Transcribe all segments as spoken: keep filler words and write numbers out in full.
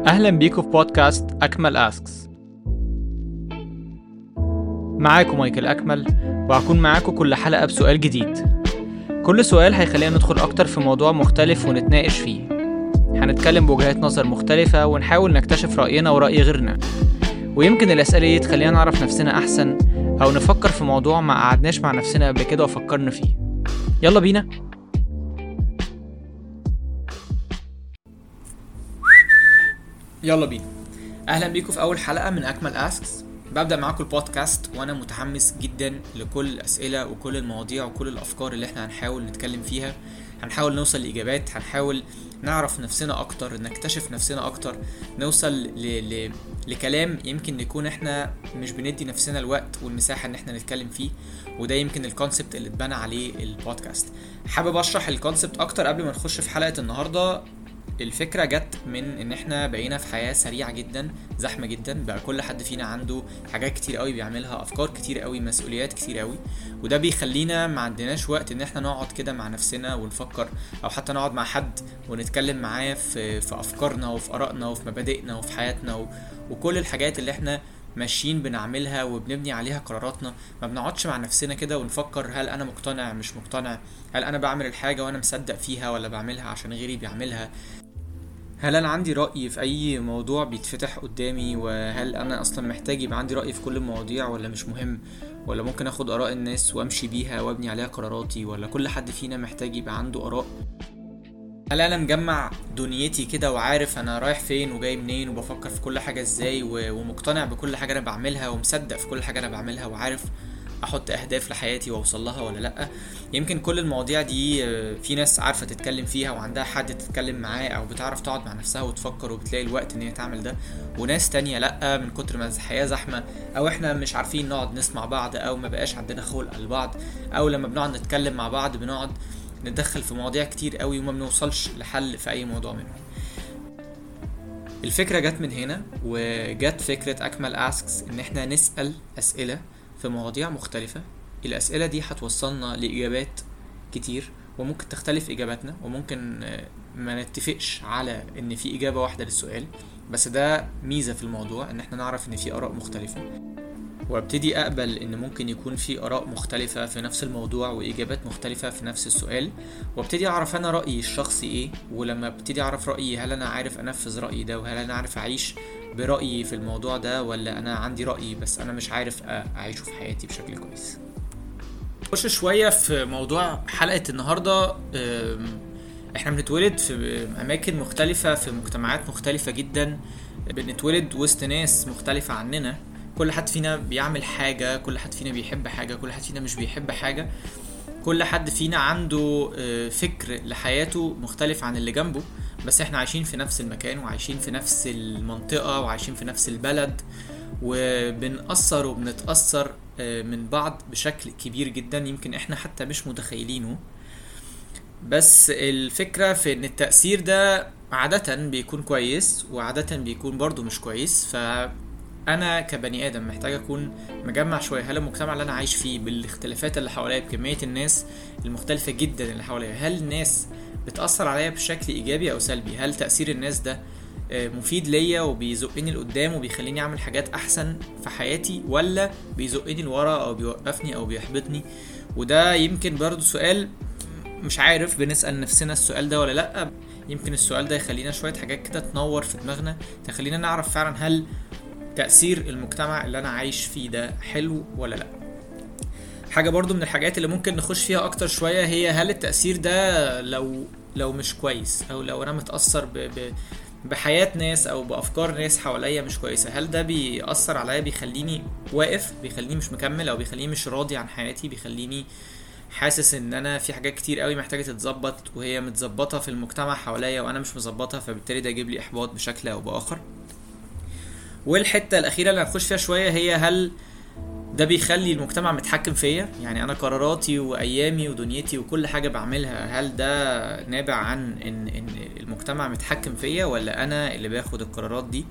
أهلا بيكم في بودكاست أكمل أسكس. معاكم مايكل أكمل، وهكون معاكم كل حلقة بسؤال جديد. كل سؤال هيخلينا ندخل أكتر في موضوع مختلف ونتناقش فيه. هنتكلم بوجهات نظر مختلفة ونحاول نكتشف رأينا ورأي غيرنا، ويمكن الأسئلة دي تخلينا نعرف نفسنا أحسن أو نفكر في موضوع ما قعدناش مع نفسنا قبل كده وفكرنا فيه. يلا بينا. يلا بينا. اهلا بيكم في اول حلقه من اكمل اسكس. ببدا معاكم البودكاست وانا متحمس جدا لكل الاسئله وكل المواضيع وكل الافكار اللي احنا هنحاول نتكلم فيها. هنحاول نوصل لاجابات، هنحاول نعرف نفسنا اكتر، نكتشف نفسنا اكتر، نوصل ل... ل... لكلام يمكن نكون احنا مش بندي نفسنا الوقت والمساحه ان احنا نتكلم فيه. وده يمكن الكونسبت اللي اتبنى عليه البودكاست. حابب اشرح الكونسبت اكتر قبل ما نخش في حلقه النهارده. الفكرة جت من ان احنا بقينا في حياة سريعة جدا، زحمة جدا، بقى كل حد فينا عنده حاجات كتير قوي بيعملها، افكار كتير قوي، مسؤوليات كتير قوي، وده بيخلينا ما عندناش وقت ان احنا نقعد كده مع نفسنا ونفكر، او حتى نقعد مع حد ونتكلم معاه في, في افكارنا وفي ارائنا وفي مبادئنا وفي حياتنا و... وكل الحاجات اللي احنا ماشيين بنعملها وبنبني عليها قراراتنا. ما بنقعدش مع نفسنا كده ونفكر هل انا مقتنع مش مقتنع، هل انا بعمل الحاجة وانا مصدق فيها ولا بعملها عشان غيري بيعملها، هل انا عندي رأي في اي موضوع بيتفتح قدامي، وهل انا اصلا محتاج يبقى عندي رأي في كل المواضيع ولا مش مهم، ولا ممكن اخد اراء الناس وامشي بيها وابني عليها قراراتي، ولا كل حد فينا محتاج يبقى عنده اراء. هل انا مجمع دنيتي كده وعارف انا رايح فين وجاي منين وبفكر في كل حاجة ازاي ومقتنع بكل حاجة انا بعملها ومصدق في كل حاجة انا بعملها وعارف احط اهداف لحياتي واوصل لها ولا لا. يمكن كل المواضيع دي في ناس عارفه تتكلم فيها وعندها حد تتكلم معاه، او بتعرف تقعد مع نفسها وتفكر وبتلاقي الوقت ان هي تعمل ده، وناس تانية لا، من كتر ما الحياه زحمه او احنا مش عارفين نقعد نسمع بعض، او ما بقاش عندنا خلق لبعض، او لما بنقعد نتكلم مع بعض بنقعد ندخل في مواضيع كتير قوي وما بنوصلش لحل في اي موضوع منهم. الفكره جت من هنا، وجت فكره اكمل اسكس ان احنا نسال اسئله في مواضيع مختلفة. الأسئلة دي هتوصلنا لإجابات كتير، وممكن تختلف إجاباتنا، وممكن ما نتفقش على إن في إجابة واحدة للسؤال، بس ده ميزة في الموضوع إن احنا نعرف إن في آراء مختلفة، وابتدي أقبل إن ممكن يكون في آراء مختلفة في نفس الموضوع وإجابات مختلفة في نفس السؤال، وابتدي أعرف أنا رأيي الشخصي إيه. ولما ابتدي أعرف رأيي، هل أنا عارف أنفذ رأيي ده، وهل أنا عارف أعيش برأيي في الموضوع ده، ولا أنا عندي رأيي بس أنا مش عارف أعيشه في حياتي بشكل كويس. نخش شوية في موضوع حلقة النهاردة. احنا بنتولد في أماكن مختلفة، في مجتمعات مختلفة جدا، بنتولد وسط ناس مختلفة عننا. كل حد فينا بيعمل حاجة، كل حد فينا بيحب حاجة، كل حد فينا مش بيحب حاجة، كل حد فينا عنده فكر لحياته مختلف عن اللي جنبه، بس احنا عايشين في نفس المكان وعايشين في نفس المنطقة وعايشين في نفس البلد، وبنأثر وبنتأثر من بعض بشكل كبير جدا، يمكن احنا حتى مش متخيلينه. بس الفكرة في ان التأثير ده عادة بيكون كويس وعادة بيكون برضو مش كويس. فأنا كبني آدم محتاج أكون مجمع شوية هل المجتمع اللي أنا عايش فيه بالاختلافات اللي حواليا، بكمية الناس المختلفة جدا اللي حواليا، هل الناس بتأثر عليا بشكل إيجابي أو سلبي؟ هل تأثير الناس ده مفيد ليا وبيزقني لقدام وبيخليني أعمل حاجات أحسن في حياتي، ولا بيزقني لورا أو بيوقفني أو بيحبطني؟ وده يمكن برضو سؤال مش عارف بنسأل نفسنا السؤال ده ولا لأ. يمكن السؤال ده يخلينا شوية حاجات كده تنور في دماغنا، تخلينا نعرف فعلا هل تأثير المجتمع اللي أنا عايش فيه ده حلو ولا لأ. حاجة برضو من الحاجات اللي ممكن نخش فيها أكتر شوية هي هل التأثير ده لو لو مش كويس، أو لو أنا متأثر ب... ب... بحياة ناس أو بأفكار ناس حواليا مش كويسة، هل ده بيأثر عليا، بيخليني واقف، بيخليني مش مكمل، أو بيخليني مش راضي عن حياتي، بيخليني حاسس ان انا في حاجات كتير قوي محتاجة تتظبط وهي متظبطة في المجتمع حواليا وانا مش مظبطها، فبالتالي ده يجيب لي احباط بشكل او باخر. والحتة الاخيرة اللي هنخش فيها شوية هي هل ده بيخلي المجتمع متحكم فيا، يعني انا قراراتي وايامي ودنيتي وكل حاجة بعملها هل ده نابع عن ان, إن المجتمع متحكم فيا، ولا انا اللي باخد القرارات دي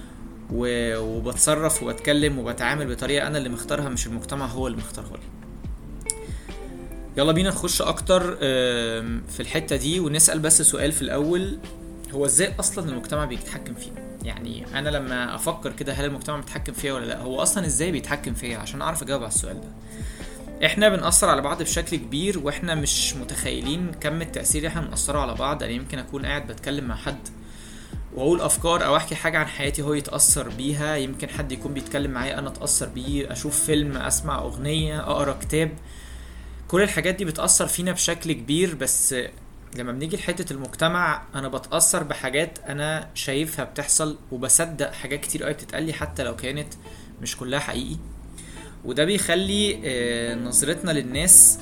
وبتصرف وبتكلم وبتعامل بطريقة انا اللي مختارها مش المجتمع هو اللي مختارها لي. يلا بينا نخش اكتر في الحتة دي ونسأل بس سؤال في الاول، هو ازاي اصلا المجتمع بيتحكم فيه؟ يعني انا لما افكر كده هل المجتمع بيتحكم فيا ولا لا، هو اصلا ازاي بيتحكم فيا عشان اعرف اجاوب على السؤال ده. احنا بنأثر على بعض بشكل كبير واحنا مش متخيلين كم التأثير اللي احنا بنأثره على بعض. يعني يمكن اكون قاعد بتكلم مع حد واقول افكار او احكي حاجه عن حياتي هو يتاثر بيها، يمكن حد يكون بيتكلم معايا انا اتاثر بيه، اشوف فيلم، اسمع اغنيه، اقرا كتاب، كل الحاجات دي بتاثر فينا بشكل كبير. بس لما بنيجي لحته المجتمع انا بتاثر بحاجات انا شايفها بتحصل، وبصدق حاجات كتير قوي بتتقالي حتى لو كانت مش كلها حقيقي. وده بيخلي آه، نظرتنا للناس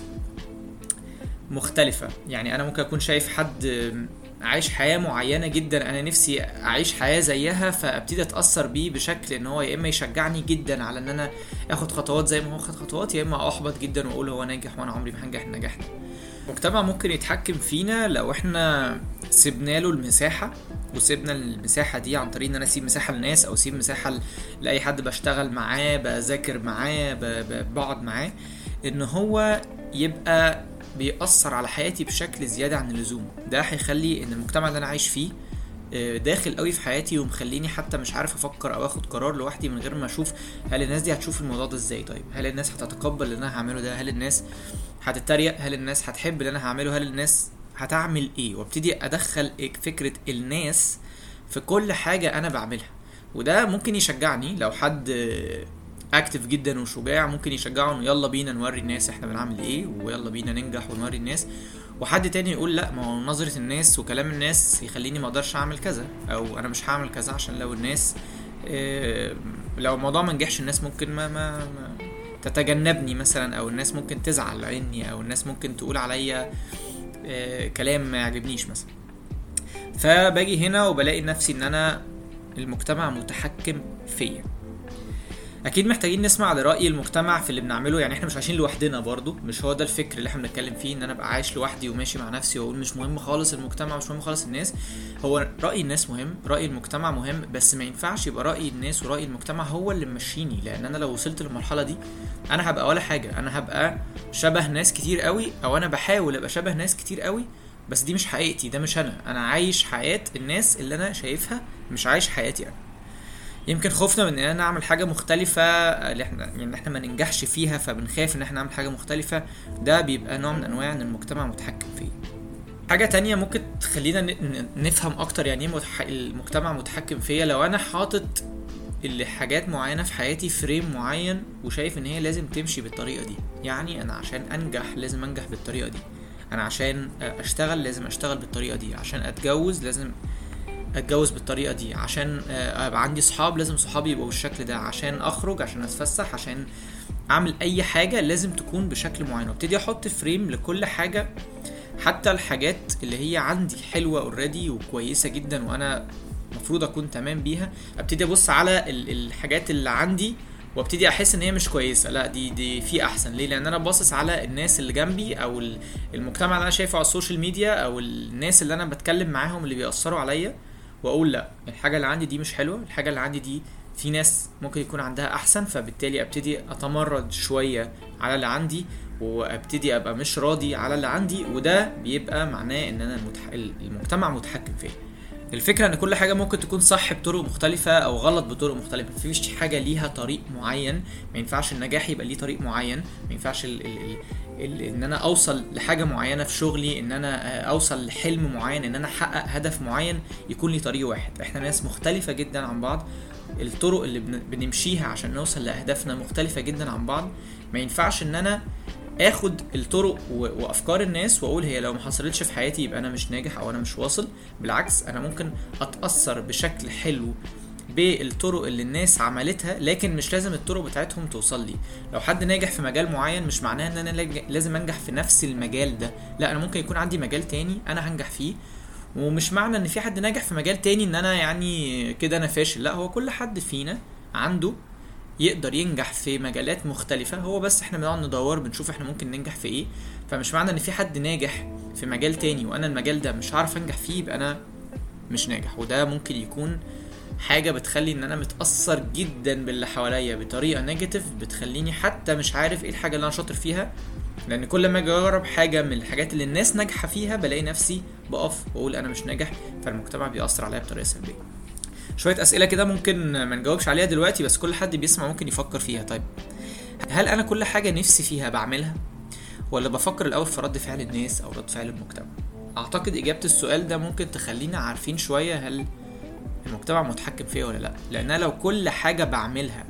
مختلفة. يعني أنا ممكن أكون شايف حد عايش حياة معينة جدا أنا نفسي أعيش حياة زيها، فأبتدي أتأثر بيه بشكل إن هو يا إما يشجعني جدا على إن أنا أخد خطوات زي ما هو خد خطوات، يا إما أحبط جدا وأقول هو ناجح وأنا عمري ما هنجح النجاح ده. المجتمع ممكن يتحكم فينا لو إحنا سيبنا له المساحة، وسيبنا المساحة دي عن طريق إن أنا أسيب مساحة للناس أو أسيب مساحة لأي حد بشتغل معاه، بذاكر معاه، بقعد معاه، إن هو يبقى بيأثر على حياتي بشكل زيادة عن اللزوم. ده هيخلي ان المجتمع اللي انا عايش فيه داخل قوي في حياتي، ومخليني حتى مش عارف افكر او اخد قرار لوحدي من غير ما اشوف هل الناس دي هتشوف الموضوع ده ازاي. طيب هل الناس هتتقبل اللي انا هعمله ده؟ هل الناس هتتريق؟ هل الناس هتحب اللي انا هعمله؟ هل الناس هتعمل ايه؟ وابتدي ادخل فكرة الناس في كل حاجة انا بعملها. وده ممكن يشجعني لو حد اكتف جدا وشجاع، ممكن يشجعه انه يلا بينا نوري الناس احنا بنعمل ايه، ويلا بينا ننجح ونوري الناس. وحد تاني يقول لا، ما هو نظرة الناس وكلام الناس يخليني ما اقدرش اعمل كذا، او انا مش هعمل كذا عشان لو الناس اه لو الموضوع ما نجحش الناس ممكن ما, ما, ما تتجنبني مثلا، او الناس ممكن تزعل عني، او الناس ممكن تقول عليا اه كلام ما يعجبنيش مثلا. فباجي هنا وبلاقي نفسي ان انا المجتمع متحكم فيا. اكيد محتاجين نسمع لرأي المجتمع في اللي بنعمله. يعني احنا مش عايشين لوحدنا برضو، مش هو ده الفكر اللي احنا بنتكلم فيه ان انا ابقى عايش لوحدي وماشي مع نفسي واقول مش مهم خالص المجتمع، مش مهم خالص الناس. هو رأي الناس مهم، رأي المجتمع مهم، بس ما ينفعش يبقى رأي الناس ورأي المجتمع هو اللي ممشيني. لان انا لو وصلت للمرحلة دي انا هبقى ولا حاجة، انا هبقى شبه ناس كتير قوي، او انا بحاول ابقى شبه ناس كتير قوي، بس دي مش حقيقتي، ده مش انا. انا عايش حياة الناس اللي انا شايفها، مش عايش حياتي انا. يمكن خوفنا من ان انا نعمل حاجه مختلفه، اللي احنا يعني احنا ما ننجحش فيها، فبنخاف ان احنا نعمل حاجه مختلفه. ده بيبقى نوع من انواع ان المجتمع متحكم فيه. حاجه تانية ممكن تخلينا نفهم اكتر يعني ايه المجتمع متحكم فيا، لو انا حاطط اللي حاجات معينه في حياتي فريم معين وشايف ان هي لازم تمشي بالطريقه دي. يعني انا عشان انجح لازم انجح بالطريقه دي، انا عشان اشتغل لازم اشتغل بالطريقه دي، عشان اتجوز لازم اتجوز بالطريقه دي، عشان ابقى عندي صحاب لازم صحابي يبقوا بالشكل ده، عشان اخرج، عشان اتفسح، عشان اعمل اي حاجه لازم تكون بشكل معين. وابتدي احط فريم لكل حاجه، حتى الحاجات اللي هي عندي حلوه اوريدي وكويسه جدا وانا مفروض اكون تمام بيها، ابتدي ابص على الحاجات اللي عندي وابتدي احس ان هي مش كويسه، لا دي دي في احسن. ليه؟ لان انا باصص على الناس اللي جنبي، او المجتمع اللي انا شايفه على السوشيال ميديا، او الناس اللي انا بتكلم معاهم اللي بيأثروا عليا، واقول لا الحاجه اللي عندي دي مش حلوه، الحاجه اللي عندي دي في ناس ممكن يكون عندها احسن. فبالتالي ابتدي اتمرد شويه على اللي عندي، وابتدي ابقى مش راضي على اللي عندي، وده بيبقى معناه ان انا المتح... المجتمع متحكم فيا. الفكره ان كل حاجه ممكن تكون صح بطرق مختلفه او غلط بطرق مختلفه، مفيش حاجه ليها طريق معين. ما ينفعش النجاح يبقى ليه طريق معين، ما ينفعش ال... ال... ال... ان انا اوصل لحاجه معينه في شغلي، ان انا اوصل لحلم معين، ان انا احقق هدف معين يكون لي طريق واحد. احنا ناس مختلفه جدا عن بعض، الطرق اللي بن... بنمشيها عشان نوصل لاهدافنا مختلفه جدا عن بعض. ما ينفعش ان انا اخد الطرق وافكار الناس واقول هي لو ما حصلتش في حياتي يبقى انا مش ناجح او انا مش واصل. بالعكس، انا ممكن اتاثر بشكل حلو بالطرق اللي الناس عملتها، لكن مش لازم الطرق بتاعتهم توصل لي. لو حد ناجح في مجال معين مش معناه ان انا لازم انجح في نفس المجال ده، لا انا ممكن يكون عندي مجال تاني انا هنجح فيه. ومش معنى ان في حد ناجح في مجال تاني ان انا يعني كده انا فاشل، لا، هو كل حد فينا عنده يقدر ينجح في مجالات مختلفة، هو بس احنا بنقعد ندور بنشوف احنا ممكن ننجح في ايه. فمش معنى ان في حد ناجح في مجال تاني وانا المجال ده مش عارف انجح فيه يبقى انا مش ناجح. وده ممكن يكون حاجة بتخلي ان انا متأثر جدا باللي حواليا بطريقة نيجاتيف، بتخليني حتى مش عارف ايه الحاجة اللي انا شاطر فيها، لان كل ما اجرب حاجة من الحاجات اللي الناس ناجحة فيها بلاقي نفسي بقف واقول انا مش ناجح، فالمجتمع بيأثر عليا بطريقة سلبية. شويه اسئله كده ممكن ما نجاوبش عليها دلوقتي، بس كل حد بيسمع ممكن يفكر فيها. طيب هل انا كل حاجه نفسي فيها بعملها، ولا بفكر الاول في رد فعل الناس او رد فعل المجتمع؟ اعتقد اجابه السؤال ده ممكن تخلينا عارفين شويه هل المجتمع متحكم فيا ولا لا. لان لو كل حاجه بعملها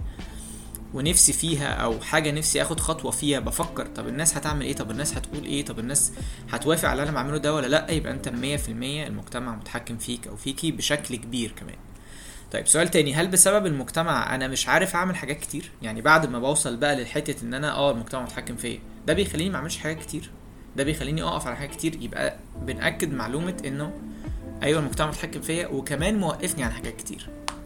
ونفسي فيها او حاجه نفسي اخد خطوه فيها بفكر طب الناس هتعمل ايه، طب الناس هتقول ايه، طب الناس هتوافق على اللي انا بعمله ده ولا لا، يبقى انت مية في المية المجتمع متحكم فيك او فيكي بشكل كبير كمان. طيب سؤال تاني، هل بسبب المجتمع انا مش عارف اعمل حاجات كتير؟ يعني بعد ما بوصل بقى للحته ان انا اه المجتمع متحكم فيا، ده بيخليني ما اعملش حاجات كتير؟ ده بيخليني اقف على حاجات كتير؟ يبقى بنأكد معلومه انه ايوه المجتمع متحكم فيا وكمان موقفني عن حاجات كتير.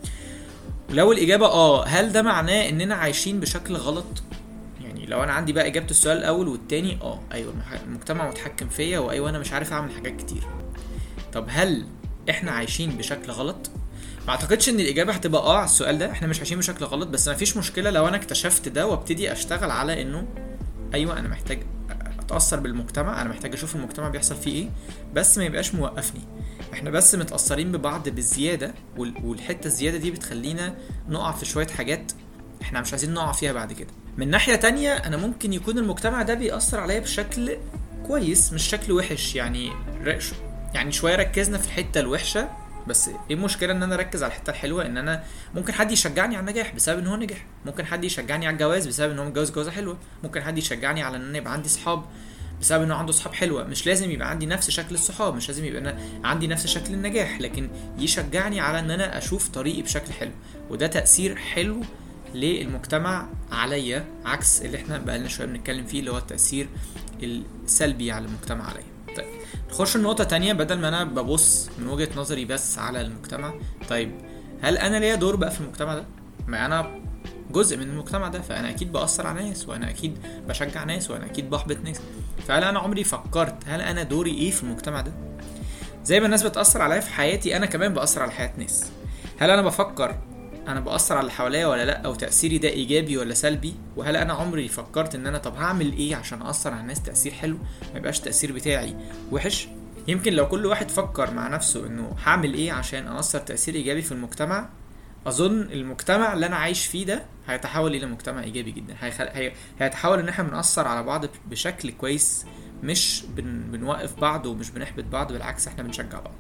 ولو الاجابه اه، هل ده معناه اننا عايشين بشكل غلط؟ يعني لو انا عندي بقى اجابه السؤال الاول والتاني اه ايوه المجتمع متحكم فيا وايوه انا مش عارف اعمل حاجات كتير، طب هل احنا عايشين بشكل غلط؟ ما اعتقدش ان الاجابه هتبقى اه على السؤال ده، احنا مش عايشين بشكل غلط، بس ما فيش مشكله لو انا اكتشفت ده وابتدي اشتغل على انه ايوه انا محتاج اتاثر بالمجتمع، انا محتاج اشوف المجتمع بيحصل فيه ايه، بس ما يبقاش موقفني. احنا بس متاثرين ببعض بالزياده، والحته الزياده دي بتخلينا نقع في شويه حاجات احنا مش عايزين نقع فيها بعد كده. من ناحيه تانية انا ممكن يكون المجتمع ده بيأثر عليا بشكل كويس مش شكل وحش، يعني يعني شويه ركزنا في الحته الوحشه، بس ايه المشكله ان انا اركز على الحته الحلوه؟ ان انا ممكن حد يشجعني على النجاح بسبب ان هو نجح، ممكن حد يشجعني على الجواز بسبب ان هو متجوز جوازه حلوه، ممكن حد يشجعني على ان انا يبقى عندي صحاب بسبب انه عنده صحاب حلوه. مش لازم يبقى عندي نفس شكل الصحاب، مش لازم يبقى أنا عندي نفس شكل النجاح، لكن يشجعني على ان انا اشوف طريقي بشكل حلو، وده تأثير حلو للمجتمع عليا، عكس اللي احنا بقالنا شويه بنتكلم فيه اللي هو التأثير السلبي على المجتمع عليا. طيب نخش النقطة تانية، بدل ما انا ببص من وجهة نظري بس على المجتمع، طيب هل انا ليا دور بقى في المجتمع ده؟ ما انا جزء من المجتمع ده، فانا اكيد بأثر على ناس، وانا اكيد بشجع ناس، وانا اكيد بحبط ناس. فهل انا عمري فكرت هل انا دوري ايه في المجتمع ده؟ زي ما الناس بتأثر عليا في حياتي انا كمان بأثر على حياة ناس. هل انا بفكر انا بأثر على اللي حواليا ولا لا، او تأثيري ده ايجابي ولا سلبي؟ وهل انا عمري فكرت ان انا طب هعمل ايه عشان اثر على الناس تأثير حلو، ما يبقاش التأثير بتاعي وحش؟ يمكن لو كل واحد فكر مع نفسه انه هعمل ايه عشان اثر تأثير ايجابي في المجتمع، اظن المجتمع اللي انا عايش فيه ده هيتحول الى مجتمع ايجابي جدا، هيخل... هي... هيتحول ان احنا بنأثر على بعض بشكل كويس، مش بن... بنوقف بعض ومش بنحبط بعض، بالعكس احنا بنشجع بعض.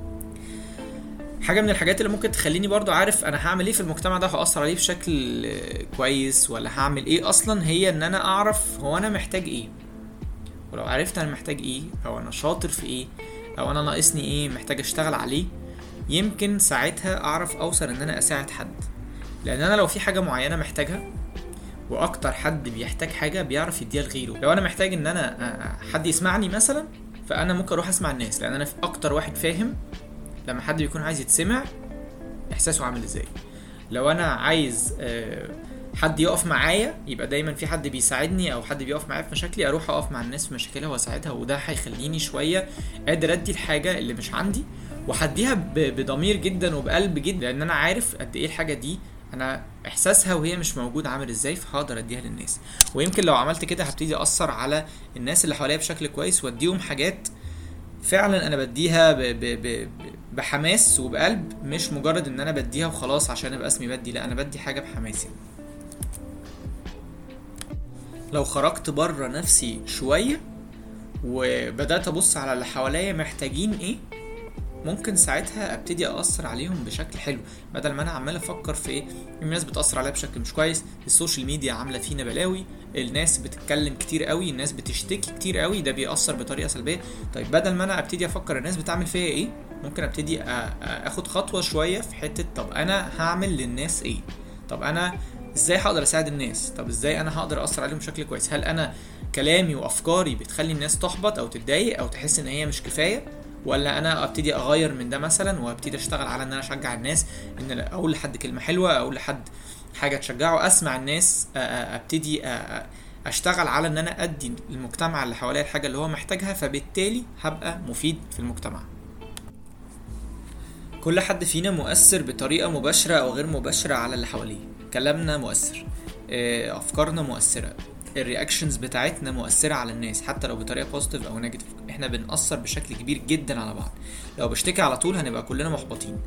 حاجه من الحاجات اللي ممكن تخليني برضو عارف انا هعمل ايه في المجتمع ده، هأثر عليه بشكل كويس ولا هعمل ايه اصلا، هي ان انا اعرف هو انا محتاج ايه. ولو عرفت انا محتاج ايه، او انا شاطر في ايه، او انا ناقصني ايه محتاج اشتغل عليه، يمكن ساعتها اعرف اوصل ان انا اساعد حد. لان انا لو في حاجه معينه محتاجها، واكتر حد بيحتاج حاجه بيعرف يديها لغيره، لو انا محتاج ان انا حد يسمعني مثلا، فانا ممكن اروح اسمع الناس، لان انا اكتر واحد فاهم لما حد بيكون عايز يتسمع احساسه عامل ازاي. لو انا عايز حد يقف معايا، يبقى دايما في حد بيساعدني او حد بيقف معايا في مشاكلي، اروح اقف مع الناس في مشاكلها واساعدها، وده هيخليني شويه قادر ادي الحاجه اللي مش عندي، وهديها بضمير جدا وبقلب جدا، لان انا عارف قد ايه الحاجه دي انا احساسها وهي مش موجود عامل ازاي، فهقدر اديها للناس. ويمكن لو عملت كده هبتدي اثر على الناس اللي حواليا بشكل كويس، واديهم حاجات فعلا انا بديها ب ب ب بحماس وبقلب، مش مجرد ان انا بديها وخلاص عشان ابقى اسمي بدي، لا انا بدي حاجه بحماس. يعني لو خرجت بره نفسي شويه وبدات ابص على اللي حواليا محتاجين ايه، ممكن ساعتها ابتدي اثر عليهم بشكل حلو، بدل ما انا عمال افكر في ايه الناس بتاثر عليا بشكل مش كويس. السوشيال ميديا عامله فينا بلاوي، الناس بتتكلم كتير قوي، الناس بتشتكي كتير قوي، ده بيأثر بطريقه سلبيه. طيب بدل ما انا ابتدي افكر الناس بتعمل فيا ايه، ممكن ابتدي اخد خطوه شويه في حته طب انا هعمل للناس ايه، طب انا ازاي هقدر اساعد الناس، طب ازاي انا هقدر اثر عليهم بشكل كويس. هل انا كلامي وافكاري بتخلي الناس تحبط او تتضايق او تحس ان هي مش كفايه، ولا انا ابتدي اغير من ده مثلا وابتدي اشتغل على ان انا اشجع الناس، ان اقول لحد كلمه حلوه، اقول لحد حاجه تشجعه، اسمع الناس، ابتدي اشتغل على ان انا ادي المجتمع اللي حواليا الحاجه اللي هو محتاجها، فبالتالي هبقى مفيد في المجتمع. كل حد فينا مؤثر بطريقه مباشره او غير مباشره على اللي حواليه، كلامنا مؤثر، افكارنا مؤثره، الرياكشنز بتاعتنا مؤثره على الناس حتى لو بطريقه بوزيتيف او نيجاتيف، احنا بنأثر بشكل كبير جدا على بعض. لو بشتكي على طول هنبقى كلنا محبطين،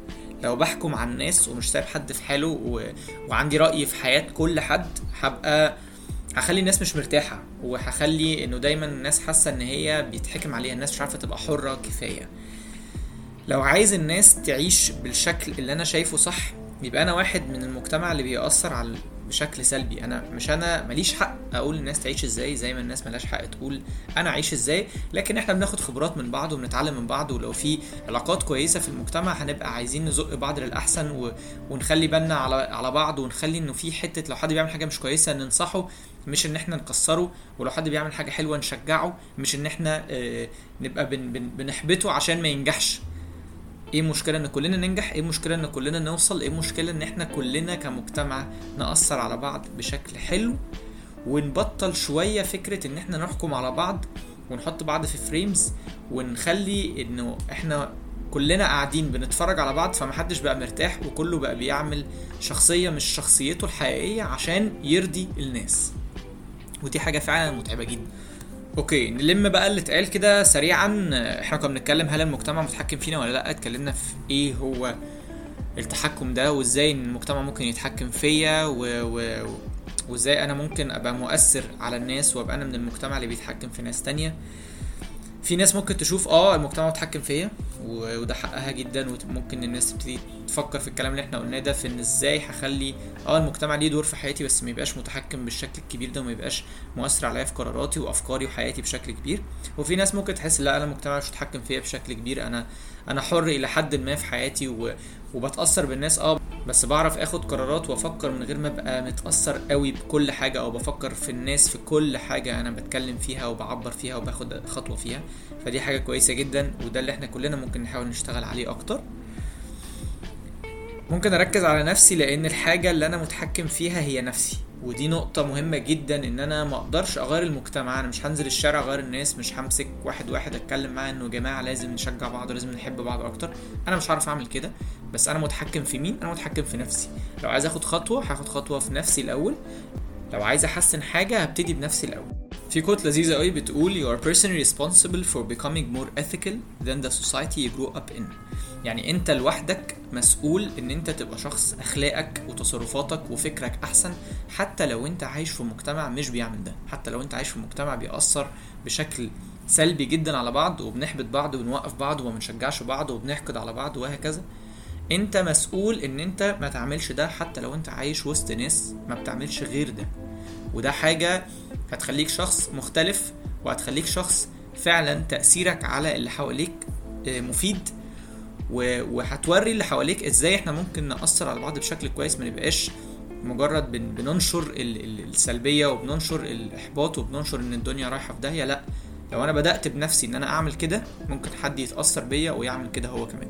لو بحكم عن الناس ومش سايب حد في حاله و... وعندي رأي في حياة كل حد، هبقى هخلي الناس مش مرتاحة، وهخلي انه دايما الناس حاسة ان هي بيتحكم عليها، الناس مش عارفة تبقى حرة كفاية. لو عايز الناس تعيش بالشكل اللي انا شايفه صح، يبقى انا واحد من المجتمع اللي بيأثر على بشكل سلبي. انا مش انا ماليش حق اقول الناس تعيش ازاي، زي ما الناس ملاش حق تقول انا اعيش ازاي، لكن احنا بناخد خبرات من بعض وبنتعلم من بعض، ولو في علاقات كويسة في المجتمع هنبقى عايزين نزق بعض للأحسن و... ونخلي بالنا على على بعض، ونخلي انه في حتة لو حد بيعمل حاجة مش كويسة ننصحه، مش ان احنا نكسره، ولو حد بيعمل حاجة حلوة نشجعه، مش ان احنا اه نبقى بن... بن... بنحبطه عشان ما ينجحش. ايه مشكلة ان كلنا ننجح؟ ايه مشكلة ان كلنا نوصل؟ ايه مشكلة ان احنا كلنا كمجتمع نأثر على بعض بشكل حلو، ونبطل شوية فكرة ان احنا نحكم على بعض ونحط بعض في فريمز، ونخلي انه احنا كلنا قاعدين بنتفرج على بعض فمحدش بقى مرتاح، وكله بقى بيعمل شخصية مش شخصيته الحقيقية عشان يرضي الناس، ودي حاجة فعلا متعبة جدا. اوكي، نلم بقى اللي اتقال كده سريعا. احنا كنا بنتكلم هل المجتمع متحكم فينا ولا لا، اتكلمنا في ايه هو التحكم ده، وازاي ان المجتمع ممكن يتحكم فيا، و... و... وازاي انا ممكن ابقى مؤثر على الناس وابقى انا من المجتمع اللي بيتحكم في ناس تانية. في ناس ممكن تشوف اه المجتمع متحكم فيا وده حقها جدا، وممكن الناس تبتدي تفكر في الكلام اللي احنا قلناه ده، في ان ازاي هخلي اه المجتمع ليه دور في حياتي بس ما يبقاش متحكم بالشكل الكبير ده، وما يبقاش مؤثر عليا في قراراتي وافكاري وحياتي بشكل كبير. وفي ناس ممكن تحس لا، انا المجتمع مش متحكم فيا بشكل كبير، انا انا حر الى حد ما في حياتي و... وبتاثر بالناس اه بس بعرف اخد قرارات وافكر من غير ما ابقى متاثر قوي بكل حاجه، او بفكر في الناس في كل حاجه انا بتكلم فيها وبعبر فيها وباخد خطوه فيها. فدي حاجه كويسه جدا، وده اللي احنا كلنا ممكن نحاول نشتغل عليه اكتر. ممكن اركز على نفسي، لان الحاجه اللي انا متحكم فيها هي نفسي، ودي نقطه مهمه جدا. ان انا ما اقدرش اغير المجتمع، انا مش هنزل الشارع اغير الناس، مش همسك واحد واحد اتكلم معاه انه جماعه لازم نشجع بعض ولازم نحب بعض اكتر، انا مش عارف اعمل كده. بس انا متحكم في مين؟ انا متحكم في نفسي. لو عايز اخد خطوه هاخد خطوه في نفسي الاول، لو عايز احسن حاجه هبتدي بنفسي الاول. في كوت لذيذه قوي بتقول you are personally responsible for becoming more ethical than the society you grew up in. يعني انت لوحدك مسؤول ان انت تبقى شخص اخلاقك وتصرفاتك وفكرك احسن، حتى لو انت عايش في مجتمع مش بيعمل ده، حتى لو انت عايش في مجتمع بيأثر بشكل سلبي جدا على بعض، وبنحبط بعض ونوقف بعض وما بنشجعش بعض وبنحقد على بعض وهكذا. انت مسؤول ان انت ما تعملش ده، حتى لو انت عايش وسط ناس ما بتعملش غير ده. وده حاجة هتخليك شخص مختلف، وهتخليك شخص فعلا تأثيرك على اللي حواليك مفيد، وهتوري اللي حواليك ازاي احنا ممكن نأثر على بعض بشكل كويس، ما نبقاش مجرد بننشر السلبية وبننشر الإحباط وبننشر ان الدنيا رايحة في داهية. لا، لو انا بدأت بنفسي ان انا اعمل كده، ممكن حد يتأثر بيا ويعمل كده هو كمان.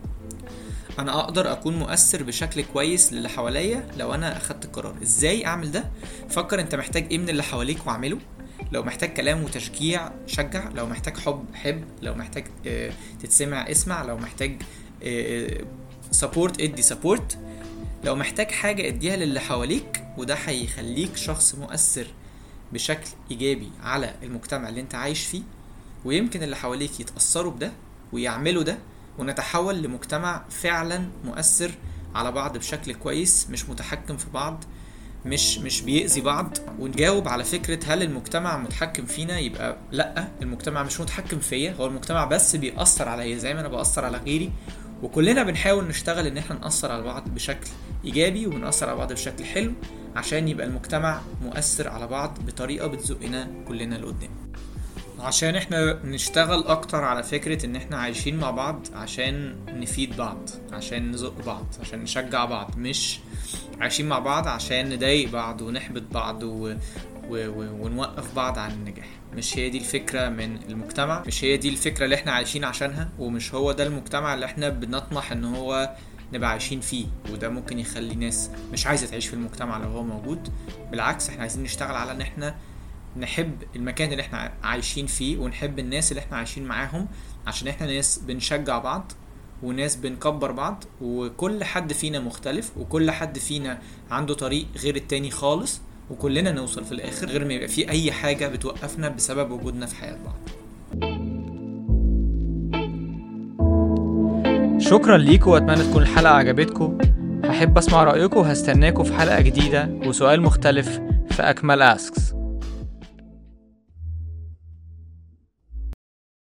انا اقدر اكون مؤثر بشكل كويس للي حواليا لو انا اخدت القرار. ازاي اعمل ده؟ فكر انت محتاج ايه من اللي حواليك واعمله. لو محتاج كلام وتشجيع شجع، لو محتاج حب حب، لو محتاج اه تتسمع اسمع، لو محتاج اه سبورت ادي سبورت، لو محتاج حاجة اديها للي حواليك. وده هيخليك شخص مؤثر بشكل ايجابي على المجتمع اللي انت عايش فيه، ويمكن اللي حواليك يتأثروا بده ويعملوا ده، ونتحول لمجتمع فعلا مؤثر على بعض بشكل كويس، مش متحكم في بعض، مش مش بيأذي بعض. ونجاوب على فكرة هل المجتمع متحكم فينا؟ يبقى لا، المجتمع مش متحكم فيا، هو المجتمع بس بيأثر عليا زي ما انا بأثر على غيري، وكلنا بنحاول نشتغل ان احنا نأثر على بعض بشكل ايجابي ونأثر على بعض بشكل حلو، عشان يبقى المجتمع مؤثر على بعض بطريقة بتزقنا كلنا لقدام. عشان احنا نشتغل اكتر على فكرة ان احنا عايشين مع بعض عشان نفيد بعض، عشان نزق بعض، عشان نشجع بعض، مش عايشين مع بعض عشان نضايق بعض ونحبط بعض و... و... و... ونوقف بعض عن النجاح. مش هي دي الفكرة من المجتمع، مش هي دي الفكرة اللي احنا عايشين عشانها، ومش هو ده المجتمع اللي احنا بنطمح ان هو نبقى عايشين فيه. وده ممكن يخلي ناس مش عايزة تعيش في المجتمع لو هو موجود. بالعكس، احنا عايزين نشتغل على ان احنا نحب المكان اللي احنا عايشين فيه، ونحب الناس اللي احنا عايشين معاهم، عشان احنا ناس بنشجع بعض وناس بنكبر بعض، وكل حد فينا مختلف، وكل حد فينا عنده طريق غير التاني خالص، وكلنا نوصل في الاخر غير ما يبقى في اي حاجة بتوقفنا بسبب وجودنا في حياة بعض. شكرا ليكم واتمنى تكون الحلقة عجبتكم. هحب اسمع رأيكم وهستناكم في حلقة جديدة وسؤال مختلف في أكمل أسكس.